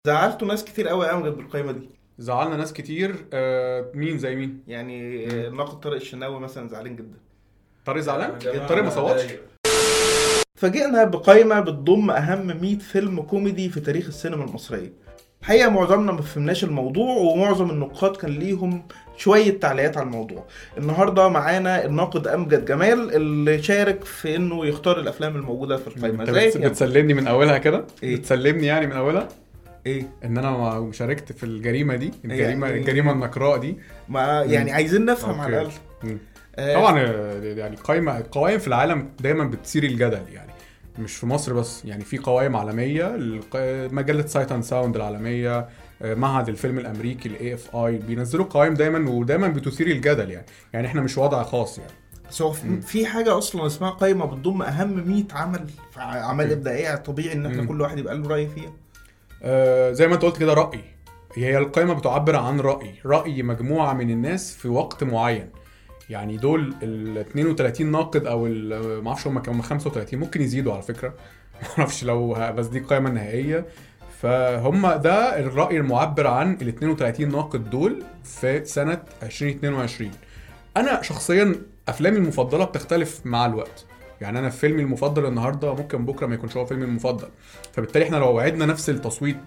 زعلتوا ناس كتير قوي يا امجد بالقائمه دي. زعلنا ناس كتير. مين زي مين؟ يعني مم. الناقد طارق الشناوي مثلا زعلان جدا. طارق زعلان؟ يا جماعة طارق ما أنا صوتش. أتضايق. فاجئنا بقائمه بتضم اهم 100 فيلم كوميدي في تاريخ السينما المصريه. الحقيقه معظمنا ما فهمناش الموضوع، ومعظم النقاد كان ليهم شويه تعليقات على الموضوع. النهارده معانا الناقد امجد جمال اللي شارك في انه يختار الافلام الموجوده في القائمه. انت ازيك يا بتسلمني من اولها كده؟ إيه؟ بتسلمني يعني من اولها ايه ان انا مشاركت في الجريمه دي، يعني- الجريمه النقراء دي. ما يعني عايزين نفهم على أوكي. الاقل. مم. آه، طبعا يعني القوائم في العالم دايما بتثير الجدل، يعني مش في مصر بس، يعني في قوائم عالميه، مجله سايت اند ساوند العالميه، معهد الفيلم الامريكي الاي اف اي بينزلوا قوائم دايما، ودايما بتثير الجدل يعني احنا مش وضع خاص يعني. بس هو في حاجة أصلا اسمها قائمة بتضم أهم 100 عمل، أعمال إبداعية. طبيعي إن إحنا مم. كل واحد يبقى له رأي فيها. زي ما انت قلت كده، رأي. هي القائمة بتعبر عن رأي مجموعة من الناس في وقت معين. يعني دول ال 32 ناقد او ما اعرفش هم كانوا 35، ممكن يزيدوا على فكرة. ما اعرفش بس دي القائمة النهائية. فهم ده الرأي المعبر عن ال 32 ناقد دول في سنة 2022. انا شخصيا افلامي المفضلة بتختلف مع الوقت. يعني انا فيلمي المفضل النهارده ممكن بكره ما يكونش هو فيلمي المفضل. فبالتالي احنا لو وعدنا نفس التصويت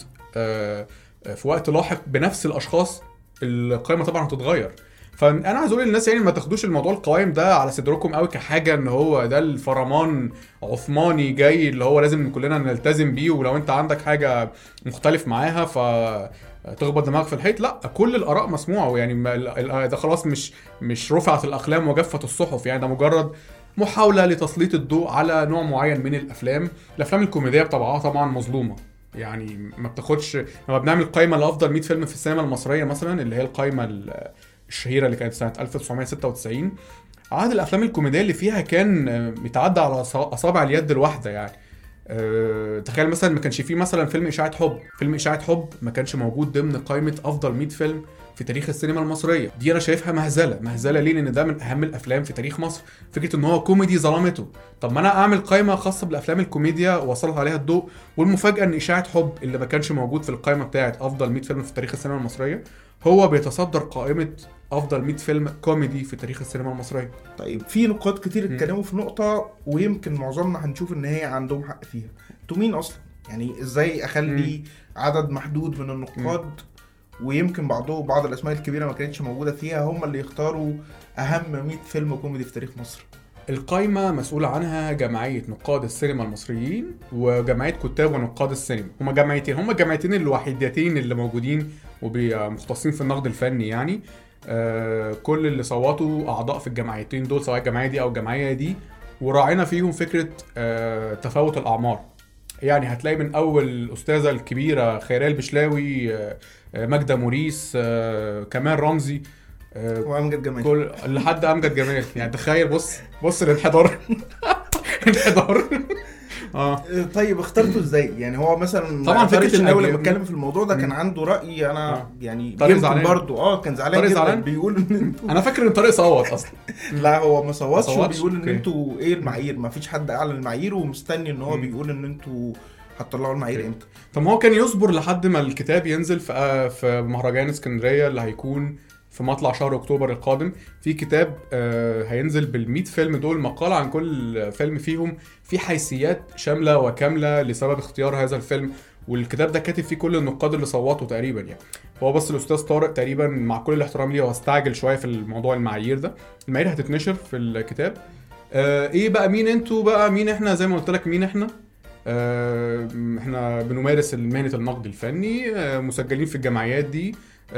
في وقت لاحق بنفس الاشخاص، القائمه طبعا هتتغير. فانا عايز اقول للناس يعني ما تاخدوش الموضوع القوائم ده على صدركم قوي كحاجه ان هو ده الفرمان عثماني جاي اللي هو لازم كلنا نلتزم بيه، ولو انت عندك حاجه مختلف معاها ف تخبط دماغك في الحيط. لا، كل الاراء مسموعه، يعني ده خلاص مش رفعت الاقلام وجفت الصحف، يعني ده مجرد محاوله لتسليط الضوء على نوع معين من الافلام الكوميديه بطبعها طبعا مظلومه. يعني ما بتاخدش، لما بنعمل قائمه لافضل 100 فيلم في السينما المصريه مثلا، اللي هي القائمه الشهيره اللي كانت سنه 1996، عدد الافلام الكوميديه اللي فيها كان متعدى على اصابع اليد الواحده يعني. تخيل مثلا ما كانش فيه مثلا فيلم اشاعه حب ما كانش موجود ضمن قائمه افضل 100 فيلم في تاريخ السينما المصريه. دي انا شايفها مهزله ليه؟ لان ده من اهم الافلام في تاريخ مصر. فكره ان هو كوميدي ظلمته. طب ما انا اعمل قائمه خاصه بالافلام الكوميديا ووصلت عليها الضوء، والمفاجاه ان اشاعه حب اللي ما كانش موجود في القائمه بتاعه افضل 100 فيلم في تاريخ السينما المصريه هو بيتصدر قائمه افضل 100 فيلم كوميدي في تاريخ السينما المصريه. طيب، في نقاد كتير اتكلموا في نقطة ويمكن معظمنا هنشوف إن هي عندهم حق فيها. انتوا مين أصلا؟ يعني إزاي أخلي عدد محدود من النقاد، ويمكن بعض الأسماء الكبيرة ما كانتش موجودة فيها، هم اللي يختاروا أهم 100 فيلم كوميدي في تاريخ مصر؟ القايمة مسؤول عنها جمعية نقاد السينما المصريين وجمعية كتاب ونقاد السينما. هما الجمعيتين الوحيدتين اللي موجودين ومختصين في النقد الفني يعني. كل اللي صوتوا أعضاء في الجمعيتين دول، سواء الجمعية دي أو الجمعية دي، وراعينا فيهم فكرة تفاوت الأعمار. يعني هتلاقي من أول الأستاذة الكبيرة خيرية البشلاوي، ماجدة موريس، كمال رمزي، وأمجد جمال. كل لحد امجد جمال. يعني تخيل، بص الانحدار. انحدار. طيب، اخترتوا ازاي؟ يعني هو مثلا طبعا طارق فكره الشناوي لما الأجيال. اتكلم في الموضوع ده كان عنده رأي. انا يعني طارق يمكن زعلان. برضه كان زعلان طارق جدا، زعلان؟ بيقول ان انتوا انا فاكر ان طارق صوت اصلا. لا، هو ما صوتش، صوتش؟ وبيقول ان أوكي. انتوا ايه المعايير. ما فيش حد اعلن المعايير، ومستني ان هو بيقول ان انتوا هتطلعوا المعايير امتى. طب ما هو كان يصبر لحد ما الكتاب ينزل في مهرجان اسكندريه اللي هيكون في مطلع شهر اكتوبر القادم. في كتاب هينزل بال100 فيلم دول، مقال عن كل فيلم فيهم، في حيثيات شامله وكامله لسبب اختيار هذا الفيلم. والكتاب ده كاتب فيه كل النقاد اللي صوتوا تقريبا يعني. هو بس الاستاذ طارق تقريبا، مع كل الاحترام ليه، هو استعجل شويه في الموضوع المعايير ده. المعايير هتتنشر في الكتاب. ايه بقى مين انتوا بقى مين احنا؟ زي ما قلت لك، مين احنا؟ احنا بنمارس مهنة النقد الفني، مسجلين في الجمعيات دي،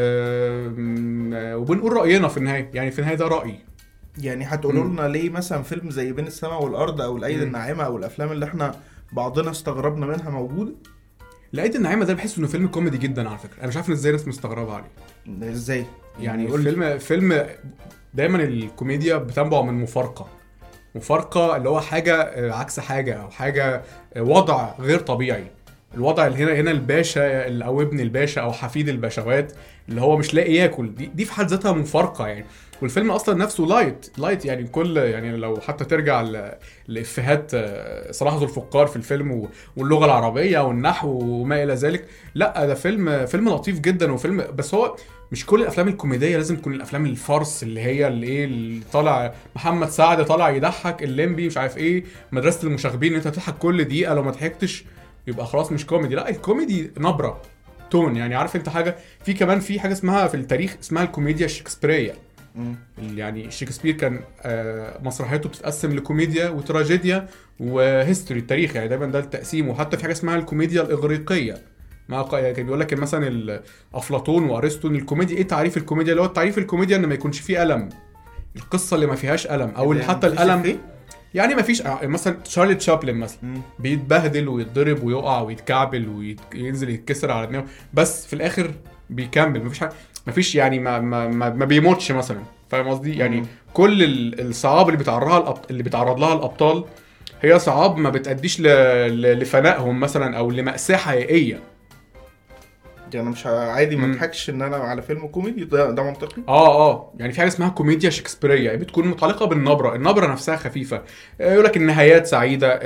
وبنقول رأينا في النهاية. يعني في النهاية ده رأيي. يعني هتقولوا لنا ليه مثلا فيلم زي بين السماء والارض او الايدي الناعمه او الافلام اللي احنا بعضنا استغربنا منها موجوده؟ لقيت النعيمة ده بحس انه فيلم كوميدي جدا على فكرة. انا مش عارف ازاي الناس مستغربة عليه. ازاي؟ يعني قول لي. فيلم دايما الكوميديا بتنبع من مفارقة اللي هو حاجة عكس حاجة، او حاجة وضع غير طبيعي. الوضع اللي هنا الباشا او ابن الباشا او حفيد الباشوات اللي هو مش لاقي ياكل، دي في حد ذاتها مفارقه يعني. والفيلم اصلا نفسه لايت يعني، كل يعني لو حتى ترجع لافيهات صلاح ذو الفقار في الفيلم واللغه العربيه والنحو وما الى ذلك، لا ده فيلم لطيف جدا وفيلم. بس هو مش كل الافلام الكوميديه لازم تكون الافلام الفارس اللي هي اللي طالع محمد سعد طالع يضحك، الليمبي مش عارف ايه، مدرسه المشاغبين انت تضحك كل دقيقه، لو ما ضحكتش يبقى خلاص مش كوميدي. لا الكوميدي نبره تون يعني. عارف انت حاجه في حاجه اسمها في التاريخ اسمها الكوميديا الشكسبيريه. يعني شكسبير كان مسرحياته بتتقسم لكوميديا وتراجيديا وهيستوري التاريخ يعني، دايما ده التقسيم. وحتى في حاجه اسمها الكوميديا الاغريقيه، كان بيقول لك مثلا افلاطون وارسطو الكوميديا ايه تعريف الكوميديا، اللي هو تعريف الكوميديا ان ما يكونش فيه الم، القصه اللي ما فيهاش الم او اللي حتى الالم يعني ما فيش. مثلا شارلي تشابلن مثلا بيتبهدل ويتضرب ويقع ويتكعبل وينزل يتكسر على دماغه، بس في الاخر بيكمل، مفيش حاجه، مفيش يعني ما بيموتش مثلا. فاهم قصدي يعني؟ كل الصعاب اللي بيتعرض لها الابطال هي صعاب ما بتأديش لفنائهم مثلا او لمأساة حقيقيه يعني. مش عادي ما تضحكش ان انا على فيلم كوميدي، ده منطقي. يعني في حاجه اسمها كوميديا شكسبيريه بتكون متعلقه النبره نفسها خفيفه، يقول لك النهايات سعيده.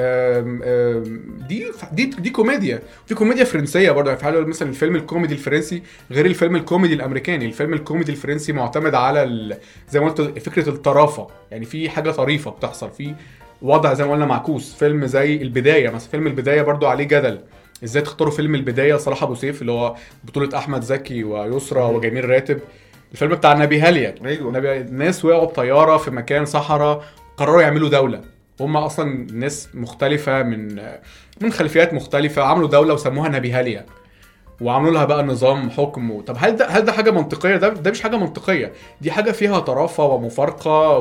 دي كوميديا. في كوميديا فرنسيه برضه يعني، في مثلا الفيلم الكوميدي الفرنسي غير الفيلم الكوميدي الامريكاني. الفيلم الكوميدي الفرنسي معتمد على زي ما قلت فكره الطرافه، يعني في حاجه طريفه بتحصل، في وضع زي ما قلنا معكوس. فيلم زي البدايه مثلا، فيلم البدايه برضه عليه جدل، ازاي تختاروا فيلم البدايه صلاح ابو سيف اللي هو بطوله احمد زكي ويسرى وجميل راتب، الفيلم بتاع نبي هاليا. الناس وقعوا بطياره في مكان صحراء، قرروا يعملوا دوله، هم اصلا ناس مختلفه من خلفيات مختلفه، عملوا دوله وسموها نبي هاليا وعملوا لها بقى نظام حكم. طب هل ده حاجه منطقيه؟ ده مش حاجه منطقيه، دي حاجه فيها طرافه ومفارقه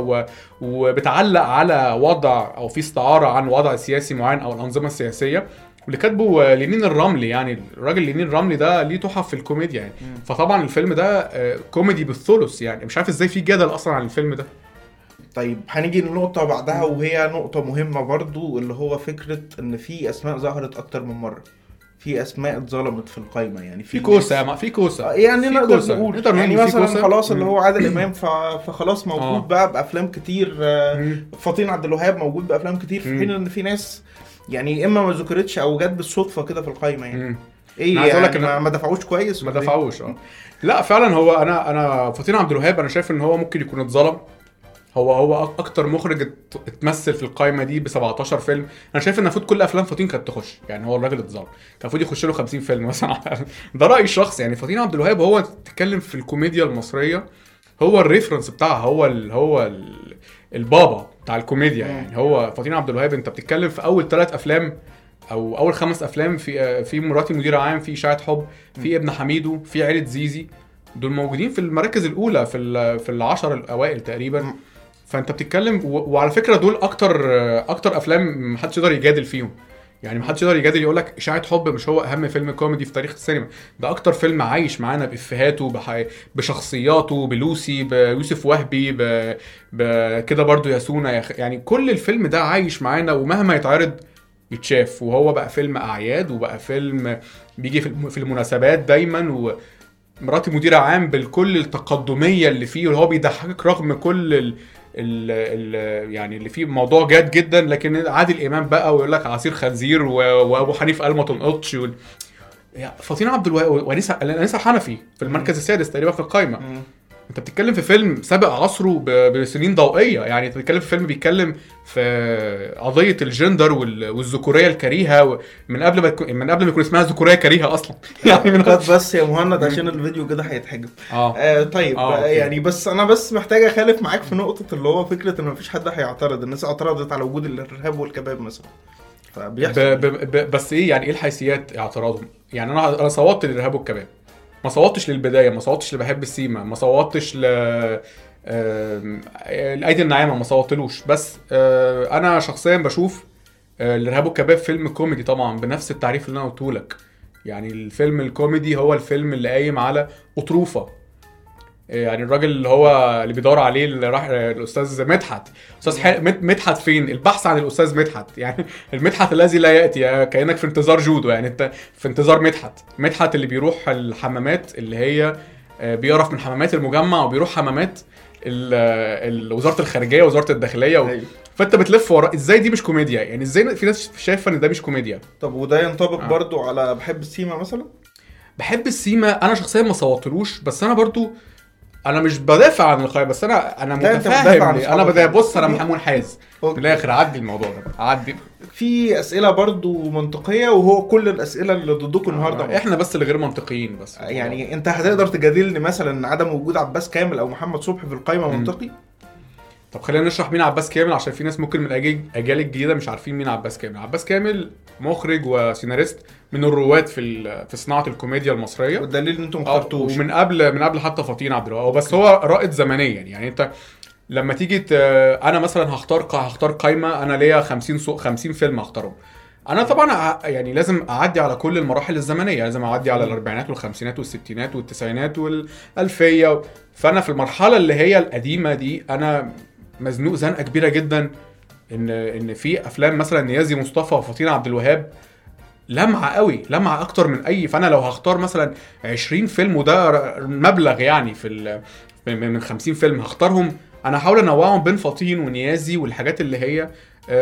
وبتعلق على وضع او في استعاره عن وضع سياسي معين او الانظمه السياسيه. واللي كاتبه لينين الرملي، يعني الراجل لينين الرملي ده ليه تحف في الكوميديا يعني. فطبعا الفيلم ده كوميدي بالثلث يعني، مش عارف ازاي في جدل اصلا عن الفيلم ده. طيب هنيجي لنقطة بعدها وهي نقطة مهمة برضو، اللي هو فكرة ان في اسماء ظهرت اكتر من مرة، في اسماء اتظلمت في القائمة يعني، في كوسة في كوسة يعني نقدر نقول يعني مثلا خلاص اللي هو عادل امام فخلاص موجود بقى بافلام كتير، فاطين عبد الوهاب موجود بافلام كتير، في حين ان في ناس يعني اما ما ذكرتش او جت بالصدفة كده في القائمة يعني. ايه يعني ما دفعوش كويس، ما دفعوش لا فعلا. هو انا فاطين عبد الوهاب انا شايف ان هو ممكن يكون اتظلم. هو اكتر مخرج اتمثل في القائمه دي ب 17 فيلم. انا شايف ان المفروض كل افلام فاطين كانت تخش يعني، هو الراجل اتظلم، كان المفروض يخش له 50 فيلم مثلا. ده رايي الشخصي يعني. فاطين عبد الوهاب هو تتكلم في الكوميديا المصريه، هو الريفرنس بتاعها، هو البابا بتاع الكوميديا يعني. هو فاطين عبد الوهاب انت بتتكلم في اول 3 افلام او اول 5 افلام، في مراتي مدير عام، في اشاعه حب، في ابن حميدو، في عيله زيزي، دول موجودين في المراكز الاولى في العشر الاوائل تقريبا. فانت بتتكلم وعلى فكره دول اكتر افلام محدش يقدر يجادل فيهم يعني. محدش يقدر يجادل يقول لك اشاعه حب مش هو اهم فيلم كوميدي في تاريخ السينما، ده اكتر فيلم عايش معانا بافيهاته بشخصياته، بلوسي، بيوسف وهبي، كده برضو ياسونا يعني. كل الفيلم ده عايش معانا ومهما يتعرض يتشاف، وهو بقى فيلم اعياد وبقى فيلم بيجي في المناسبات دايما. ومراتي مديرة عام بالكل التقدميه اللي فيه، وهو بيضحكك رغم كل يعني اللي فيه موضوع جاد جدا، لكن عادل امام بقى ويقول لك عصير خنزير وابو حنيف قال ما تنقطش فاطين عبد الوهاب وانيسه حنفي في المركز السادس تقريبا في القائمه. انت بتتكلم في فيلم سابق عصره بسنين ضوئيه يعني. انت بتتكلم في فيلم بيتكلم في قضيه الجندر والذكوريه الكريهه من قبل ما يكون اسمها ذكوريه كريهه اصلا. يعني بس يا مهند عشان الفيديو كده هيتحجب. طيب يعني بس انا محتاج اخالف معاك في نقطه اللي هو فكره ان مفيش حد هيعترض. الناس اعترضت على وجود الارهاب والكباب مثلا، فبيحصل بس ايه يعني؟ ايه الحيثيات اعتراضهم يعني؟ انا صوتت للارهاب والكباب، ما صوتش للبدايه، ما صوتش لبحب السيما، ما صوتش الايدي الناعمه، ما صوتلوش. بس انا شخصيا بشوف الارهاب والكباب فيلم كوميدي طبعا بنفس التعريف اللي انا قلته لك يعني. الفيلم الكوميدي هو الفيلم اللي قايم على اطروفه، يعني الراجل اللي هو اللي بيدور عليه اللي راح الاستاذ مدحت، مدحت فين؟ البحث عن الاستاذ مدحت، يعني المدحت الذي لا ياتي، كانك في انتظار جودو، يعني انت في انتظار مدحت اللي بيروح الحمامات اللي هي بيقرف من حمامات المجمع وبيروح حمامات وزاره الخارجيه ووزاره الداخليه فانت بتلف ورا. ازاي دي مش كوميديا؟ يعني ازاي في ناس شايفه ان ده مش كوميديا؟ طب وده ينطبق برضو على بحب السيما مثلا؟ بحب السيما انا شخصيا ما صوتلوش، بس انا برضو انا مش بدافع عن القائمه، بس انا متفاهم. انا بص انا محمود حاز من الاخر، عدي الموضوع ده عدي. في اسئله برضو منطقيه، وهو كل الاسئله اللي ضدكم النهارده احنا بس اللي غير منطقيين بس. يعني انت هتقدر تجادلني مثلا ان عدم وجود عباس كامل او محمد صبحي في القائمه منطقي؟ طب خلينا نشرح مين عباس كامل، عشان في ناس ممكن من الاجيال الجديده مش عارفين مين عباس كامل. عباس كامل مخرج وسيناريست من الرواد في صناعه الكوميديا المصريه، والدليل ان انتم اخترتوش ومن قبل حتى فاطين عبد الوهاب. بس هو رائد زمنيا، يعني انت لما تيجي انا مثلا هختار قائمه، انا ليا 50 فيلم هختارهم. انا طبعا يعني لازم اعدي على كل المراحل الزمنيه، لازم اعدي على الاربعينات والخمسينات والستينات والتسعينات والالفيه. فانا في المرحله اللي هي القديمه دي انا مزنوق زنقه كبيره جدا ان في افلام مثلا نيازي مصطفى وفاطين عبد الوهاب لمعه قوي، لمعه اكتر من اي. فانا لو هختار مثلا 20 فيلم وده مبلغ يعني من 50 فيلم هختارهم، انا هحاول انوعهم بين فاطين ونيازي والحاجات اللي هي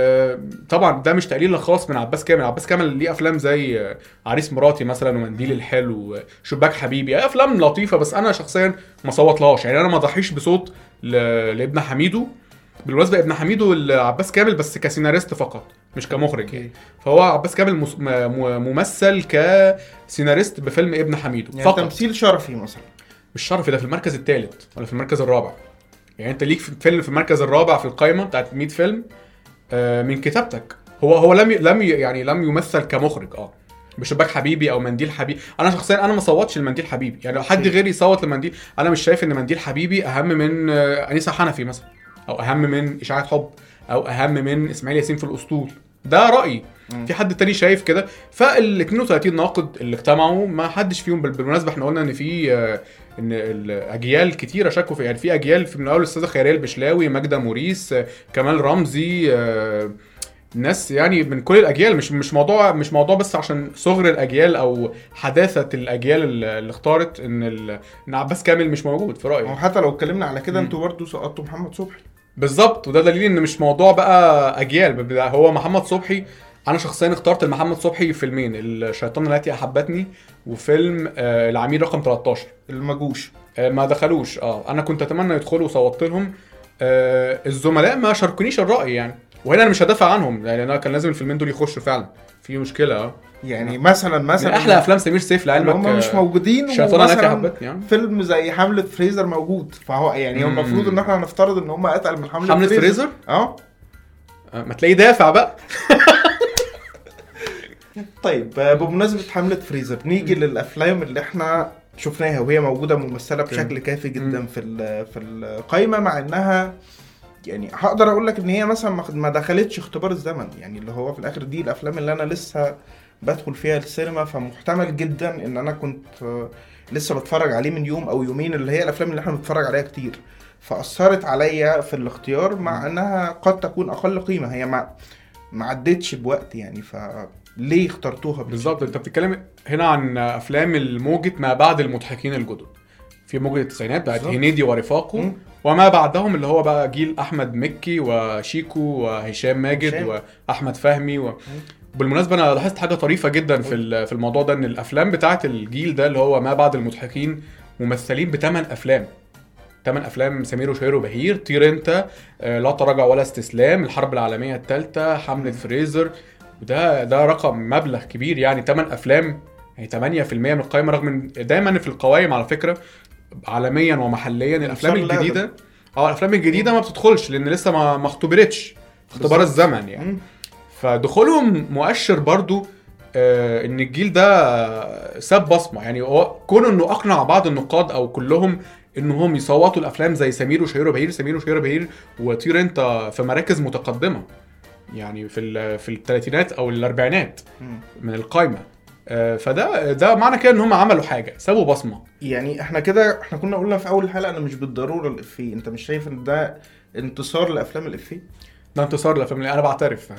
طبعا ده مش تقليل خاص من عباس كامل. عباس كامل ليه افلام زي عريس مراتي مثلا ومنديل الحلو وشباك حبيبي، افلام لطيفه، بس انا شخصيا ما صوتلهاش. يعني انا ما ضحيش بصوت لابن حميدو. بالمناسبه ابن حميدو عباس كامل بس كسيناريست فقط مش كمخرج. فهو عباس كامل ممثل كسيناريست بفيلم ابن حميدو يعني فقط. تمثيل شرفي مثلا؟ مش شرفي، ده في المركز الثالث ولا في المركز الرابع. يعني انت ليك فيلم في المركز الرابع في القائمه بتاعت 100 فيلم من كتابتك. هو لم يمثل كمخرج بشباك حبيبي او منديل حبيبي. انا شخصيا انا ما صوتش المنديل حبيبي، يعني لو حد غيري صوت لمنديل، انا مش شايف ان منديل حبيبي اهم من انيسه حنفي مثلا، او اهم من اشاعه حب، او اهم من اسماعيل ياسين في الاسطول. ده رايي. في حد تاني شايف كده. فال 32 ناقد اللي اجتمعوا ما حدش فيهم بالمناسبه احنا قلنا ان في ان الاجيال كتيره شكوا في، يعني في اجيال من اول الاستاذه خيريه البشلاوي، ماجده موريس، كمال رمزي، ناس يعني من كل الاجيال. مش موضوع بس عشان صغر الاجيال او حداثه الاجيال اللي اختارت ان عباس كامل مش موجود في رايي. حتى لو اتكلمنا على كده انتوا برضو سقطتوا محمد صبحي. بالظبط، وده دليل ان مش موضوع بقى اجيال. هو محمد صبحي انا شخصيا اخترت لمحمد صبحي فيلمين، الشيطان التي احبتني وفيلم العميل رقم 13 المجوش ما دخلوش. انا كنت اتمنى يدخلوا وصوتت لهم. الزملاء ما شاركونيش الراي يعني، وهنا انا مش هدافع عنهم لان انا كان لازم الفيلمين دول يخشوا فعلا. في مشكله يعني مثلا من احلى افلام سمير سيف لعلمك هم مش موجودين، الشيطان التي احبتني يعني. فيلم زي حملة فريزر موجود، فهو يعني المفروض ان احنا هنفترض ان هم اتقل من حملة فريزر. ما تلاقي دافع بقى. طيب بمناسبة حملة فريزر نيجي للأفلام اللي احنا شفناها وهي موجودة ممثلة بشكل كافي جدا في القائمة، مع انها يعني هقدر اقول لك ان هي مثلا ما دخلتش اختبار الزمن، يعني اللي هو في الاخر دي الافلام اللي انا لسه بدخل فيها السينما، فمحتمل جدا ان انا كنت لسه بتفرج عليه من يوم او يومين، اللي هي الافلام اللي احنا بنتفرج عليها كتير، فاثرت عليا في الاختيار، مع انها قد تكون اقل قيمة، هي ما عدتش بوقت يعني. ليه اخترتوها بالظبط؟ انت بتتكلم هنا عن افلام الموجة ما بعد المضحكين الجدد، في موجة التسعينات بتاعت هنيدي ورفاقه وما بعدهم اللي هو بقى جيل احمد مكي وشيكو وهشام ماجد واحمد فهمي بالمناسبه انا لاحظت حاجه طريفه جدا في الموضوع ده، ان الافلام بتاعت الجيل ده اللي هو ما بعد المضحكين ممثلين ب8 افلام: سمير وشهير وبهير، طير انت، لا تراجع ولا استسلام، الحرب العالميه الثالثه، حملة فريزر. وده رقم مبلغ كبير يعني، 8 افلام يعني 8% من القائمه، رغم ان دايما في القوائم على فكره عالميا ومحليا الافلام الجديده الافلام الجديده ما بتدخلش لان لسه ما اختبرتش اختبار الزمن يعني. فدخولهم مؤشر برضو ان الجيل ده ساب بصمه، يعني كونه انه اقنع بعض النقاد او كلهم انهم يصوتوا الافلام زي سمير وشهير وبهير وطير انت في مراكز متقدمه يعني في الثلاثينات او الاربعينات من القائمه. فده معنى كده ان هم عملوا حاجه، سابوا بصمه. يعني احنا كنا قلنا في اول الحلقه انا مش بالضروره الافيه، انت مش شايف ان ده انتصار لافلام الافيه؟ ده انتصار للافلام. انا بعترف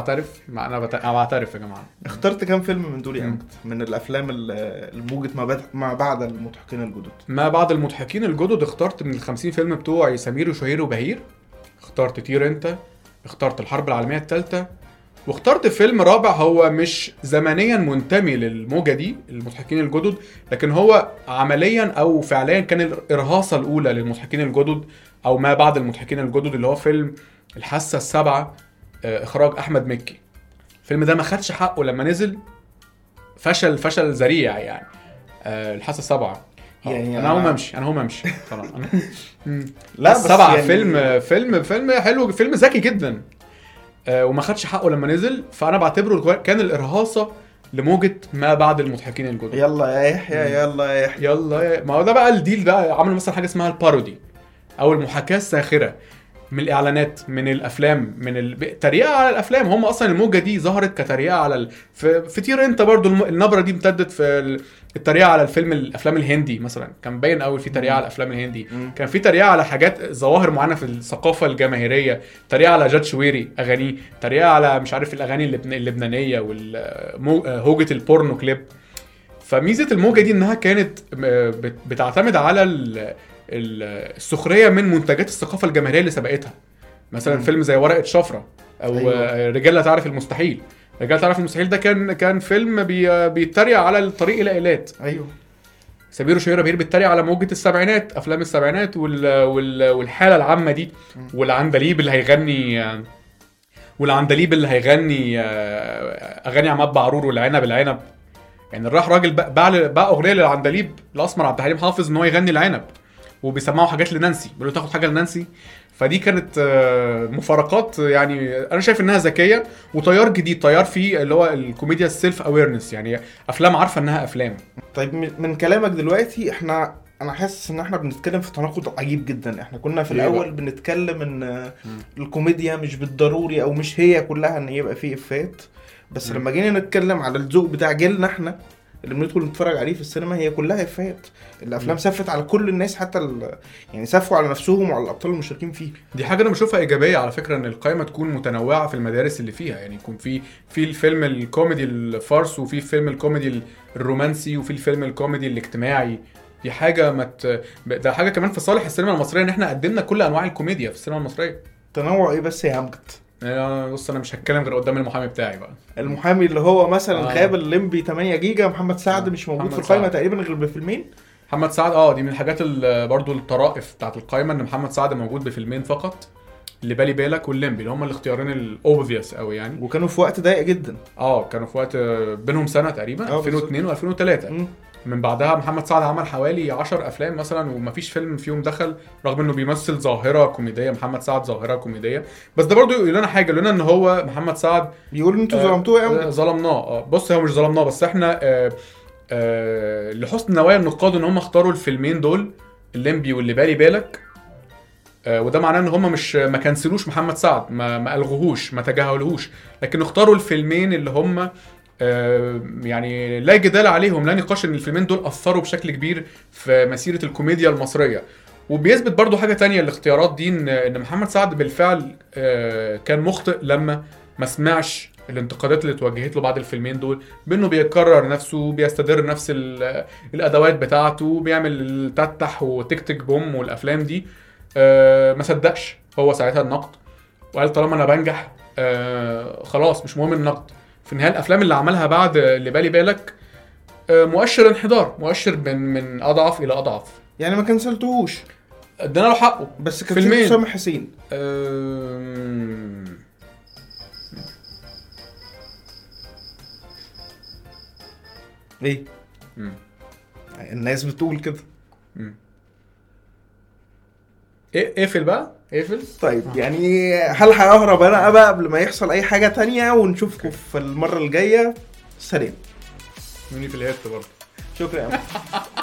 يا جماعه. اخترت كام فيلم من دول يا أمجد من الافلام الموجة ما بعد المضحكين الجدد؟ ما بعد المضحكين الجدد اخترت من ال50 فيلم بتوعي سمير وشهير وبهير، اخترت طير انت، اخترت الحرب العالميه الثالثه، واخترت فيلم رابع هو مش زمنيا منتمي للموجة دي المضحكين الجدد، لكن هو عمليا او فعليا كان الارهاصة الاولى للمضحكين الجدد او ما بعد المضحكين الجدد، اللي هو فيلم الحاسة السابعة، اخراج احمد مكي. الفيلم ده ما خدش حقه لما نزل، فشل ذريع يعني. الحاسة السابعة يعني انا هقوم امشي خلاص. لا بس السبعة يعني فيلم حلو، فيلم ذكي جدا، وما خدش حقه لما نزل. فانا بعتبره كان الارهاصه لموجه ما بعد المضحكين الجدد. يلا يا يحيى ما هو ده بقى الديل بقى. عملوا مثلا حاجه اسمها البارودي او المحاكاه الساخره من الاعلانات، من الافلام، من التريقه على الافلام. هم اصلا الموجه دي ظهرت كتريقه على في طير انت برضو النبره دي امتدت في التريقه على الافلام الهندي مثلا. كان باين قوي في تريقه على الافلام الهندي، كان في تريقه على حاجات ظواهر معينه في الثقافه الجماهيريه، تريقه على جاد شويري اغانيه، تريقه على مش عارف الاغاني اللبنانيه هوجه البورنو كليب. فميزه الموجه دي انها كانت بتعتمد على السخريه من منتجات الثقافه الجماهيريه اللي سبقتها. مثلا فيلم زي ورقه شفره او أيوة. رجال لا تعرف المستحيل. رجال تعرف المستحيل ده كان فيلم بيتريق على الطريق الى ايلات. ايوه. سمير وشهير وبهير بيتريق على موجه السبعينات، افلام السبعينات والحاله العامه دي، والعندليب اللي هيغني اغاني عماد بعرور والعنب العنب. يعني راح راجل باع اغنيه للعندليب الاسمر عبد الحليم حافظ ان هو يغني العنب، وبيسمعوا حاجات لنانسي، بيقولوا تاخد حاجه لنانسي. فدي كانت مفارقات يعني انا شايف انها ذكيه، وتيار جديد، تيار فيه اللي هو الكوميديا السيلف اويرنس، يعني افلام عارفه انها افلام. طيب من كلامك دلوقتي انا حاسس ان احنا بنتكلم في تناقض عجيب جدا. احنا كنا في الاول بنتكلم ان الكوميديا مش بالضروري او مش هي كلها ان يبقى فيه افات، بس لما جينا نتكلم على الذوق بتاع جيلنا احنا اللي بندخل نتفرج عليه في السينما، هي كلها افات. الافلام سفت على كل الناس، حتى يعني سفوا على نفسهم وعلى الابطال المشاركين فيه. دي حاجه انا بشوفها ايجابيه على فكره، ان القائمه تكون متنوعه في المدارس اللي فيها. يعني يكون في الفيلم الكوميدي الفارس، وفي الفيلم الكوميدي الرومانسي، وفي الفيلم الكوميدي الاجتماعي. دي حاجه ده حاجه كمان في صالح السينما المصريه، ان احنا قدمنا كل انواع الكوميديا في السينما المصريه. تنوع ايه بس يا أمجد؟ بص انا مش هتكلم غير قدام المحامي بتاعي بقى. المحامي اللي هو مثلا غاب الليمبي 8 جيجا، محمد سعد مش موجود في القائمه تقريبا غير بفيلمين. محمد سعد دي من الحاجات برضو الطرائف بتاعت القائمه، ان محمد سعد موجود بفيلمين فقط، اللي بالي بالك والليمبي، اللي هم الاختيارين الاوبفيوس قوي يعني، وكانوا في وقت ضيق جدا. كانوا في وقت بينهم سنه تقريبا 2002 و2003. من بعدها محمد سعد عمل حوالي 10 افلام مثلا، ومفيش فيلم فيهم دخل، رغم انه بيمثل ظاهره كوميديه. محمد سعد ظاهره كوميديه، بس ده برضو يقول لنا حاجه، يقول لنا ان هو محمد سعد بيقول انتوا ظلمتوه قوي. ظلمناه. بص هو مش ظلمناه، بس احنا لحسن نوايا النقاد ان هم اختاروا الفيلمين دول، الليمبي واللي بالي بالك. وده معناه ان هم مش ما كنسلوش محمد سعد، ما الغوهوش، ما تجاهلوهوش، لكن اختاروا الفيلمين اللي هم يعني لا جدال عليهم، لا نقاش، ان الفيلمين دول اثروا بشكل كبير في مسيره الكوميديا المصريه. وبيثبت برضو حاجه تانية الاختيارات دي، ان محمد سعد بالفعل كان مخطئ لما ما سمعش الانتقادات اللي اتوجهت له بعد الفيلمين دول، بانه بيكرر نفسه، بيستدر نفس الادوات بتاعته، بيعمل التتح وتك تك بوم والافلام دي. ما صدقش هو ساعتها النقد، وقال طالما انا بنجح خلاص مش مهم النقد. في النهايه الافلام اللي عملها بعد اللي بالي بالك مؤشر انحدار، مؤشر من اضعف الى اضعف. يعني ما كنسلتوهوش، ادينا له حقه، بس كنسلت سامح حسين. ايه الناس بتقول كده. اقفل بقى، اقفل. طيب يعني هل هأهرب انا بقى قبل ما يحصل اي حاجه تانية، ونشوفكم في المره الجايه. سلام. مني في الهيت برضه. شكرا.